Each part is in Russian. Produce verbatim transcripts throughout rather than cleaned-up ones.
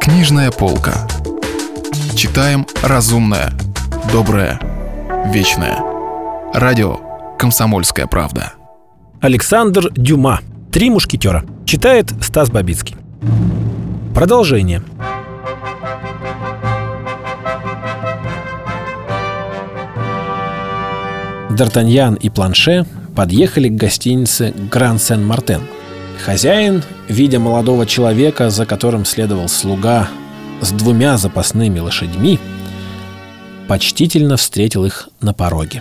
Книжная полка. Читаем разумное, доброе, вечное. Радио «Комсомольская правда». Александр Дюма. «Три мушкетера». Читает Стас Бабицкий. Продолжение. Д'Артаньян и Планше подъехали к гостинице «Гранд Сен-Мартен». Хозяин, видя молодого человека, за которым следовал слуга с двумя запасными лошадьми, почтительно встретил их на пороге.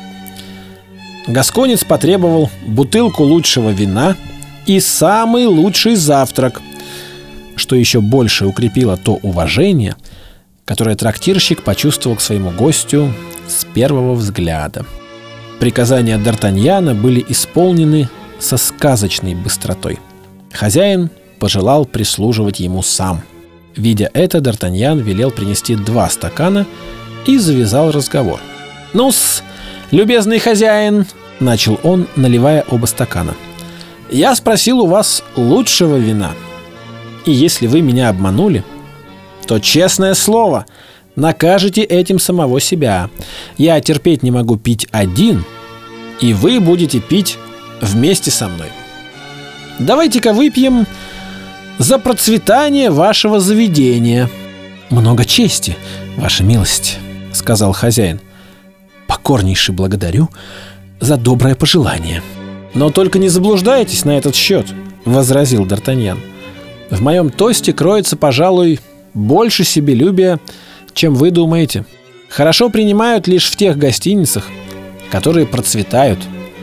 Гасконец потребовал бутылку лучшего вина и самый лучший завтрак, что еще больше укрепило то уважение, которое трактирщик почувствовал к своему гостю с первого взгляда. Приказания Д'Артаньяна были исполнены со сказочной быстротой. Хозяин пожелал прислуживать ему сам. Видя это, Д'Артаньян велел принести два стакана и завязал разговор. «Ну-с, любезный хозяин», — начал он, наливая оба стакана, — «я спросил у вас лучшего вина. И если вы меня обманули, то, честное слово, накажете этим самого себя. Я терпеть не могу пить один, и вы будете пить вместе со мной. Давайте-ка выпьем за процветание вашего заведения». «Много чести, ваша милость», — сказал хозяин. «Покорнейше благодарю за доброе пожелание». «Но только не заблуждайтесь на этот счет», — возразил Д'Артаньян. «В моем тосте кроется, пожалуй, больше себелюбия, чем вы думаете. Хорошо принимают лишь в тех гостиницах, которые процветают.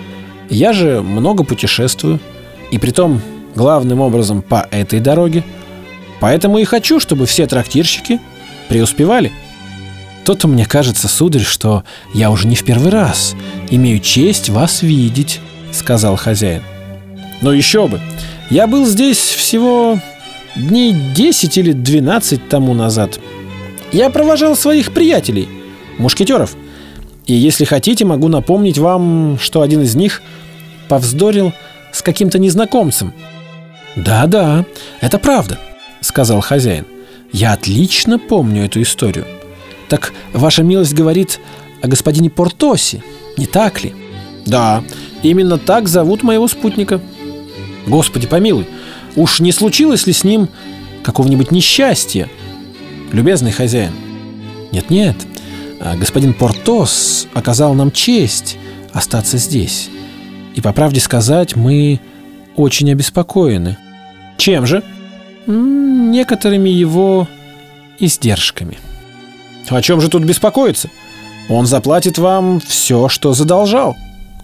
Я же много путешествую, и притом главным образом по этой дороге. Поэтому и хочу, чтобы все трактирщики преуспевали». «То-то мне кажется, сударь, что я уже не в первый раз имею честь вас видеть», — сказал хозяин. «Ну еще бы! Я был здесь всего дней десять или двенадцать тому назад. Я провожал своих приятелей, мушкетеров. И если хотите, могу напомнить вам, что один из них повздорил с каким-то незнакомцем». «Да-да, это правда», — сказал хозяин. «Я отлично помню эту историю. Так ваша милость говорит о господине Портосе, не так ли?» «Да, именно так зовут моего спутника». «Господи помилуй, уж не случилось ли с ним какого-нибудь несчастья, любезный хозяин?» «Нет-нет, господин Портос оказал нам честь остаться здесь. И, по правде сказать, мы очень обеспокоены». «Чем же?» «Некоторыми его издержками». «О чем же тут беспокоиться? Он заплатит вам все, что задолжал».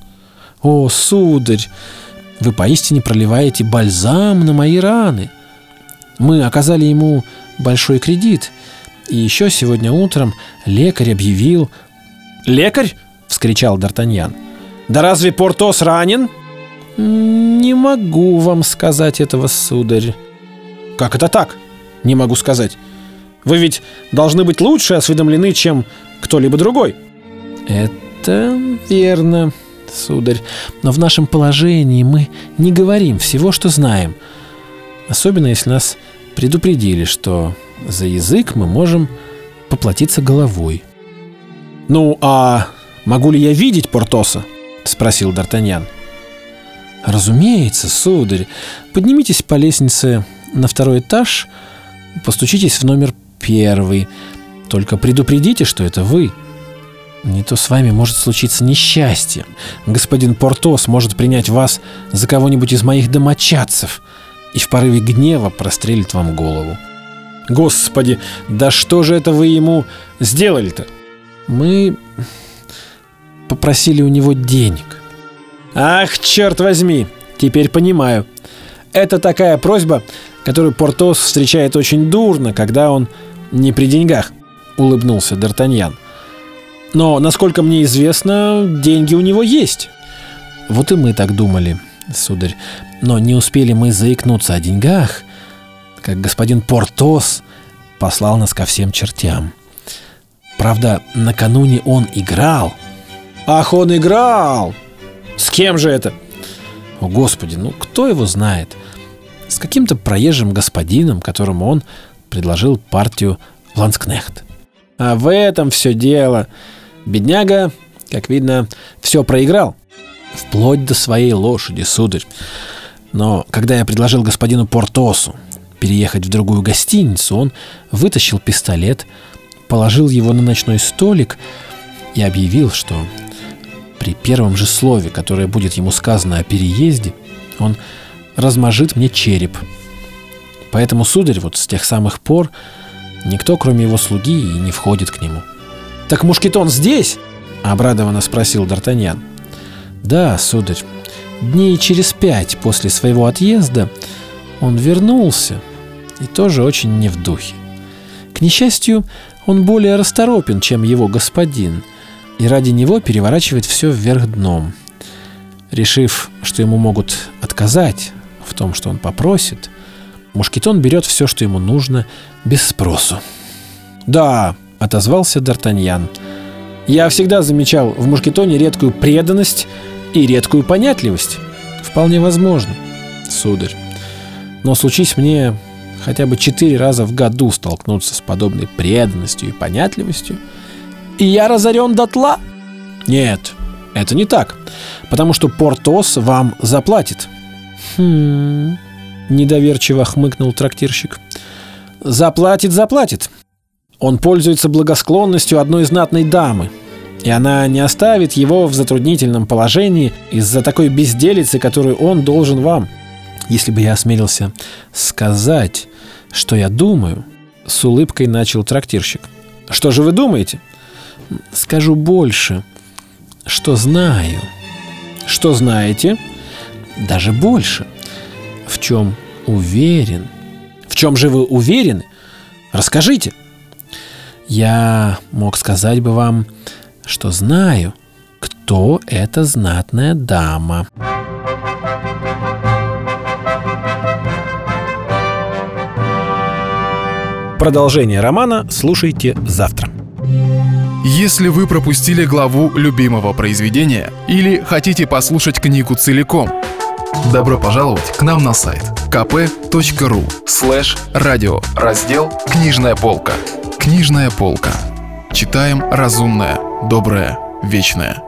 «О, сударь, вы поистине проливаете бальзам на мои раны. Мы оказали ему большой кредит. И еще сегодня утром лекарь объявил...» «Лекарь?» — вскричал Д'Артаньян. «Да разве Портос ранен?» «Не могу вам сказать этого, сударь». «Как это так? Не могу сказать. Вы ведь должны быть лучше осведомлены, чем кто-либо другой». «Это верно, сударь. Но в нашем положении мы не говорим всего, что знаем. Особенно, если нас предупредили, что за язык мы можем поплатиться головой». «Ну, а могу ли я видеть Портоса?» — спросил Д'Артаньян. «Разумеется, сударь. Поднимитесь по лестнице на второй этаж, постучитесь в номер первый. Только предупредите, что это вы. Не то с вами может случиться несчастье. Господин Портос может принять вас за кого-нибудь из моих домочадцев и в порыве гнева прострелит вам голову». «Господи, да что же это вы ему сделали-то?» «Мы попросили у него денег». «Ах, черт возьми, теперь понимаю. Это такая просьба, которую Портос встречает очень дурно, когда он не при деньгах», — улыбнулся Д'Артаньян. «Но, насколько мне известно, деньги у него есть». «Вот и мы так думали, сударь. Но не успели мы заикнуться о деньгах, как господин Портос послал нас ко всем чертям. Правда, накануне он играл». «Ах, он играл! С кем же это?» «О, Господи, ну кто его знает? С каким-то проезжим господином, которому он предложил партию ландскнехт. А в этом все дело. Бедняга, как видно, все проиграл. Вплоть до своей лошади, сударь. Но когда я предложил господину Портосу переехать в другую гостиницу, он вытащил пистолет, положил его на ночной столик и объявил, что при первом же слове, которое будет ему сказано о переезде, он размажет мне череп. Поэтому, сударь, вот с тех самых пор никто, кроме его слуги, и не входит к нему. «Так Мушкетон здесь?» — обрадованно спросил Д'Артаньян. «Да, сударь, дней через пять после своего отъезда он вернулся, и тоже очень не в духе. К несчастью, он более расторопен, чем его господин, и ради него переворачивает все вверх дном. Решив, что ему могут отказать в том, что он попросит, Мушкетон берет все, что ему нужно, без спросу». «Да», — отозвался Д'Артаньян, — «я всегда замечал в Мушкетоне редкую преданность и редкую понятливость». «Вполне возможно, сударь. Но случись мне хотя бы четыре раза в году столкнуться с подобной преданностью и понятливостью, и я разорен дотла». «Нет, это не так, потому что Портос вам заплатит». «Хм...» — недоверчиво хмыкнул трактирщик. «Заплатит, заплатит. Он пользуется благосклонностью одной знатной дамы, и она не оставит его в затруднительном положении из-за такой безделицы, которую он должен вам. Если бы я осмелился сказать, что я думаю», — с улыбкой начал трактирщик. «Что же вы думаете?» «Скажу больше, что знаю». «Что знаете?» «Даже больше. В чем уверен». «В чем же вы уверены? Расскажите». «Я мог сказать бы вам, что знаю, кто эта знатная дама». Продолжение романа слушайте завтра. Если вы пропустили главу любимого произведения или хотите послушать книгу целиком, добро пожаловать к нам на сайт ка пэ точка ру слэш радио, раздел «Книжная полка». Книжная полка. Читаем разумное, доброе, вечное.